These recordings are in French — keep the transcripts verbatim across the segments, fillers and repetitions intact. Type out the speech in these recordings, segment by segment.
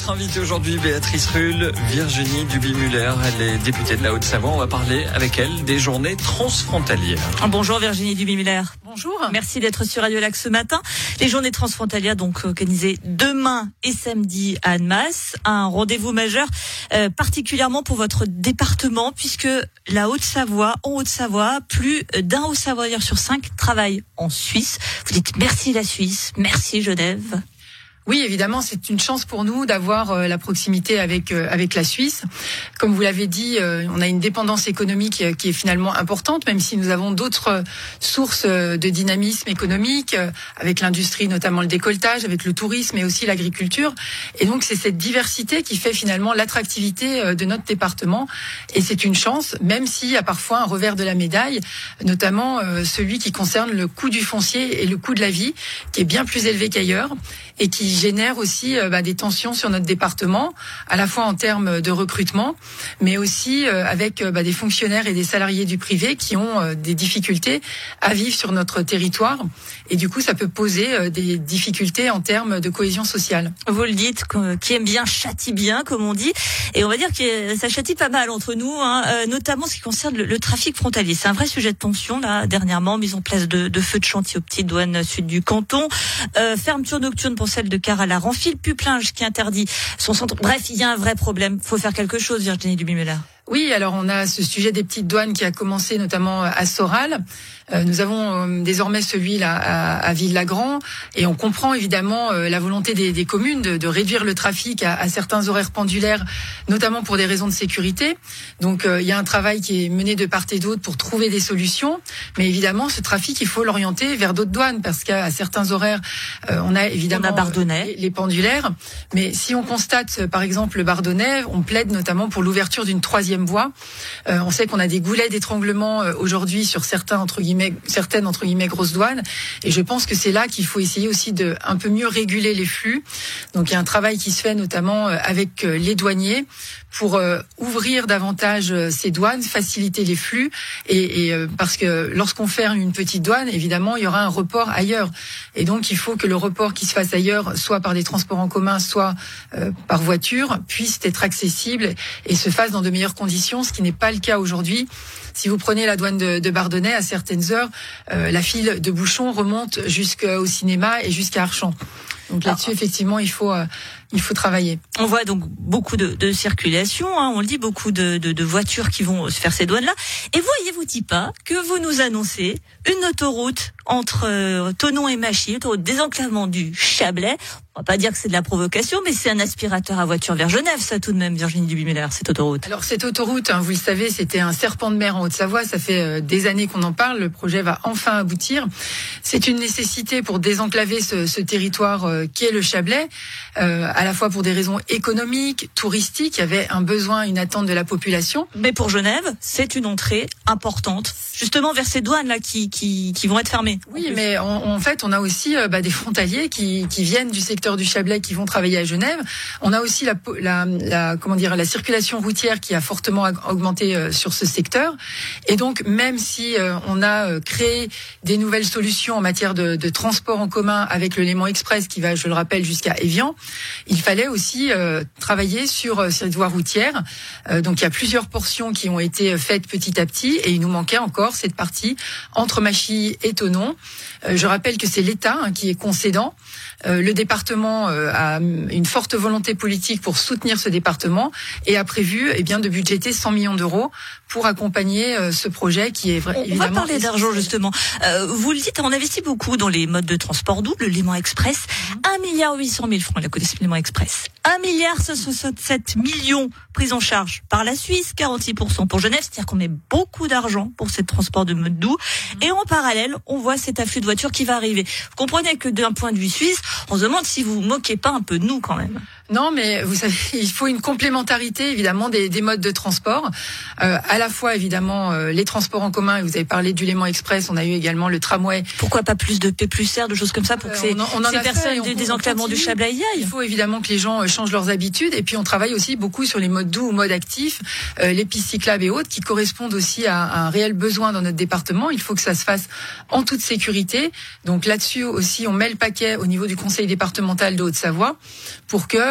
Notre invitée aujourd'hui, Béatrice Rulle, Virginie Duby-Muller. Elle est députée de la Haute-Savoie. On va parler avec elle des journées transfrontalières. Bonjour Virginie Duby-Muller. Bonjour. Merci d'être sur Radio Lac ce matin. Les journées transfrontalières donc organisées demain et samedi à Annemasse. Un rendez-vous majeur euh, particulièrement pour votre département puisque la Haute-Savoie, en Haute-Savoie, plus d'un Haut-Savoyard sur cinq travaille en Suisse. Vous dites merci la Suisse, merci Genève. Oui, évidemment, c'est une chance pour nous d'avoir euh, la proximité avec euh, avec la Suisse. Comme vous l'avez dit, euh, on a une dépendance économique euh, qui est finalement importante, même si nous avons d'autres euh, sources euh, de dynamisme économique, euh, avec l'industrie, notamment le décolletage, avec le tourisme et aussi l'agriculture. Et donc, c'est cette diversité qui fait finalement l'attractivité euh, de notre département. Et c'est une chance, même s'il y a parfois un revers de la médaille, notamment euh, celui qui concerne le coût du foncier et le coût de la vie, qui est bien plus élevé qu'ailleurs et qui génère aussi euh, bah, des tensions sur notre département, à la fois en termes de recrutement, mais aussi euh, avec euh, bah, des fonctionnaires et des salariés du privé qui ont euh, des difficultés à vivre sur notre territoire. Et du coup, ça peut poser euh, des difficultés en termes de cohésion sociale. Vous le dites, qui aime bien châtie bien, comme on dit. Et on va dire que ça châtie pas mal entre nous, hein, euh, notamment ce qui concerne le, le trafic frontalier. C'est un vrai sujet de tension, là, dernièrement. Mise en place de, de feux de chantier aux petites douanes sud du canton. Euh, fermeture nocturne pour celle de Car à la Renfil, Puplinge qui interdit son centre. Bref, il y a un vrai problème. Faut faire quelque chose, Virginie Duby-Muller. Oui, alors on a ce sujet des petites douanes qui a commencé notamment à Soral. Euh, nous avons euh, désormais celui là à, à Ville-Lagrand et on comprend évidemment euh, la volonté des, des communes de, de réduire le trafic à, à certains horaires pendulaires, notamment pour des raisons de sécurité. Donc euh, il y a un travail qui est mené de part et d'autre pour trouver des solutions, mais évidemment ce trafic il faut l'orienter vers d'autres douanes parce qu'à certains horaires euh, on a évidemment on a Bardonnay. les, les pendulaires, mais si on constate par exemple le Bardonnay, on plaide notamment pour l'ouverture d'une troisième voie. Euh, on sait qu'on a des goulets d'étranglement euh, aujourd'hui sur certains entre guillemets certaines entre guillemets grosses douanes et je pense que c'est là qu'il faut essayer aussi de un peu mieux réguler les flux. Donc il y a un travail qui se fait notamment avec les douaniers pour euh, ouvrir davantage euh, ces douanes, faciliter les flux et, et euh, parce que lorsqu'on ferme une petite douane, évidemment, il y aura un report ailleurs. Et donc il faut que le report qui se fasse ailleurs, soit par des transports en commun, soit euh, par voiture, puisse être accessible et se fasse dans de meilleures conditions, ce qui n'est pas le cas aujourd'hui. Si vous prenez la douane de, de Bardonnay, à certaines heures, euh, la file de bouchons remonte jusqu'au cinéma et jusqu'à Archamps. Donc là-dessus, effectivement, il faut euh, il faut travailler. On voit donc beaucoup de, de circulation, hein, on le dit, beaucoup de, de, de voitures qui vont se faire ces douanes-là. Et voyez-vous-t-il pas que vous nous annoncez une autoroute entre euh, Thonon et Machy, autoroute désenclavement du Chablais. On va pas dire que c'est de la provocation, mais c'est un aspirateur à voiture vers Genève, ça tout de même, Virginie Duby-Muller, cette autoroute. Alors cette autoroute, hein, vous le savez, c'était un serpent de mer en Haute-Savoie. Ça fait euh, des années qu'on en parle. Le projet va enfin aboutir. C'est une nécessité pour désenclaver ce, ce territoire euh, qui est le Chablais, euh, à la fois pour des raisons économiques, touristiques. Il y avait un besoin, une attente de la population. Mais pour Genève, c'est une entrée importante, justement vers ces douanes-là qui, qui, qui vont être fermées. Oui, mais en, en fait, on a aussi euh, bah, des frontaliers qui, qui viennent du secteur du Chablais qui vont travailler à Genève. On a aussi la, la, la comment dire la circulation routière qui a fortement augmenté euh, sur ce secteur. Et donc même si euh, on a euh, créé des nouvelles solutions en matière de, de transport en commun avec le Léman Express qui va, je le rappelle, jusqu'à Évian, il fallait aussi euh, travailler sur euh, cette voie routière. Euh, donc il y a plusieurs portions qui ont été faites petit à petit et il nous manquait encore cette partie entre Machy et Thonon. Euh, je rappelle que c'est l'État hein, qui est concédant. Euh, le département euh, a une forte volonté politique pour soutenir ce département et a prévu eh bien, de budgéter cent millions d'euros pour accompagner euh, ce projet qui est vrai, on évidemment... On va parler d'argent justement. Euh, vous le dites, on investit beaucoup dans les modes de transport double, le Léman Express. un milliard huit cent mille francs, la coûté ce Léman Express. un milliard soixante-sept millions pris en charge par la Suisse, quarante-six pour cent pour Genève. C'est-à-dire qu'on met beaucoup d'argent pour ce transport de mode doux. Et en parallèle, on voit cet afflux de voitures qui va arriver. Vous comprenez que d'un point de vue suisse, on se demande si vous vous moquez pas un peu de nous quand même. Non, mais vous savez, il faut une complémentarité évidemment des, des modes de transport. Euh, à la fois évidemment euh, les transports en commun. Et vous avez parlé du Léman Express. On a eu également le tramway. Pourquoi pas plus de P plus R, de choses comme ça pour que ces, euh, on en, on en ces personnes des désenclavement du Chablais y aillent. Il faut évidemment que les gens euh, changent leurs habitudes. Et puis on travaille aussi beaucoup sur les modes doux ou modes actifs, euh, les pistes cyclables et autres, qui correspondent aussi à, à un réel besoin dans notre département. Il faut que ça se fasse en toute sécurité. Donc là-dessus aussi, on met le paquet au niveau du conseil départemental de Haute-Savoie pour que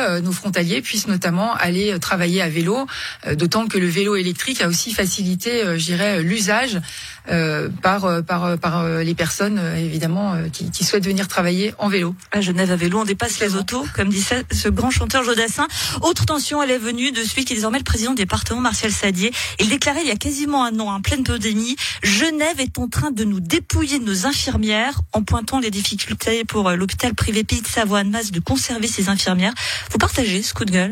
euh, nos frontaliers puissent notamment aller travailler à vélo, euh, d'autant que le vélo électrique a aussi facilité, euh, je dirais, l'usage euh, par, par, par les personnes, euh, évidemment, euh, qui, qui souhaitent venir travailler en vélo. À Genève, à vélo, on dépasse les autos, comme dit ça, ce grand chanteur Jodassin. Autre tension, elle est venue de celui qui est désormais le président du département, Martial Sadier. Il déclarait il y a quasiment un an, en pleine pandémie, Genève est en train de nous dépouiller de nos infirmières, en pointant les difficultés pour l'hôpital privé Pays de Savoie-Annemasse de conserver ses infirmières. Vous partagez ce coup de gueule ?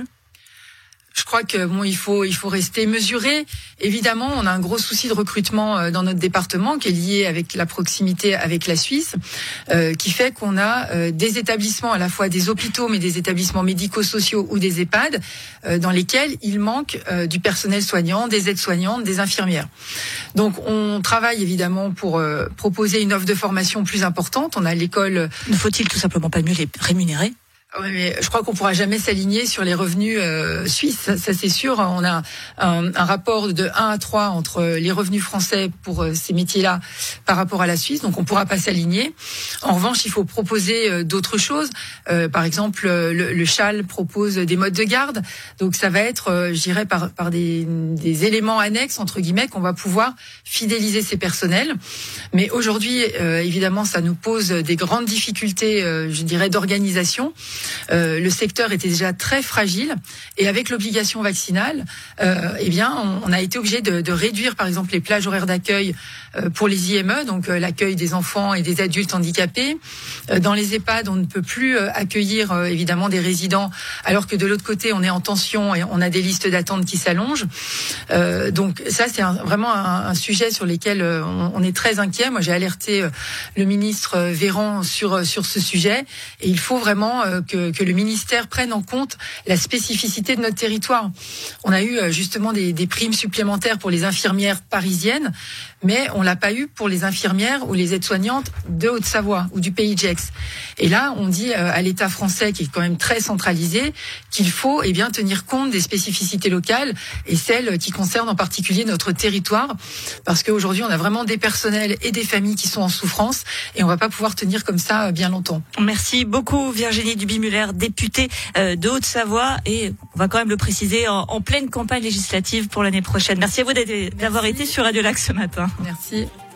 Je crois que bon, il faut il faut rester mesuré. Évidemment, on a un gros souci de recrutement dans notre département qui est lié avec la proximité avec la Suisse, euh, qui fait qu'on a euh, des établissements, à la fois des hôpitaux, mais des établissements médico-sociaux ou des EHPAD, euh, dans lesquels il manque euh, du personnel soignant, des aides-soignantes, des infirmières. Donc, on travaille évidemment pour euh, proposer une offre de formation plus importante. On a l'école. Ne faut-il tout simplement pas mieux les rémunérer ? Oui, mais je crois qu'on pourra jamais s'aligner sur les revenus euh, suisses, ça, ça c'est sûr. On a un, un rapport de un à trois entre les revenus français pour euh, ces métiers-là par rapport à la Suisse, donc on pourra pas s'aligner. En revanche, il faut proposer euh, d'autres choses. Euh, par exemple, le, le C H A L propose des modes de garde, donc ça va être, euh, je dirais, par, par des, des éléments annexes, entre guillemets, qu'on va pouvoir fidéliser ces personnels. Mais aujourd'hui, euh, évidemment, ça nous pose des grandes difficultés, euh, je dirais, d'organisation. Euh, le secteur était déjà très fragile et avec l'obligation vaccinale, euh, eh bien, on, on a été obligé de, de réduire, par exemple, les plages horaires d'accueil euh, pour les I M E, donc euh, l'accueil des enfants et des adultes handicapés. Euh, dans les EHPAD, on ne peut plus euh, accueillir euh, évidemment des résidents, alors que de l'autre côté, on est en tension et on a des listes d'attente qui s'allongent. Euh, donc ça, c'est un, vraiment un, un sujet sur lequel euh, on, on est très inquiet. Moi, j'ai alerté euh, le ministre euh, Véran sur sur ce sujet et il faut vraiment euh, Que, que le ministère prenne en compte la spécificité de notre territoire. On a eu justement des, des primes supplémentaires pour les infirmières parisiennes, mais on l'a pas eu pour les infirmières ou les aides-soignantes de Haute-Savoie ou du Pays de Gex. Et là, on dit à l'État français, qui est quand même très centralisé, qu'il faut eh bien tenir compte des spécificités locales et celles qui concernent en particulier notre territoire, parce qu'aujourd'hui, on a vraiment des personnels et des familles qui sont en souffrance et on va pas pouvoir tenir comme ça bien longtemps. Merci beaucoup, Virginie Duby-Muller, députée de Haute-Savoie, et on va quand même le préciser, en, en pleine campagne législative pour l'année prochaine. Merci à vous d'avoir été sur Radio Lac ce matin. Merci.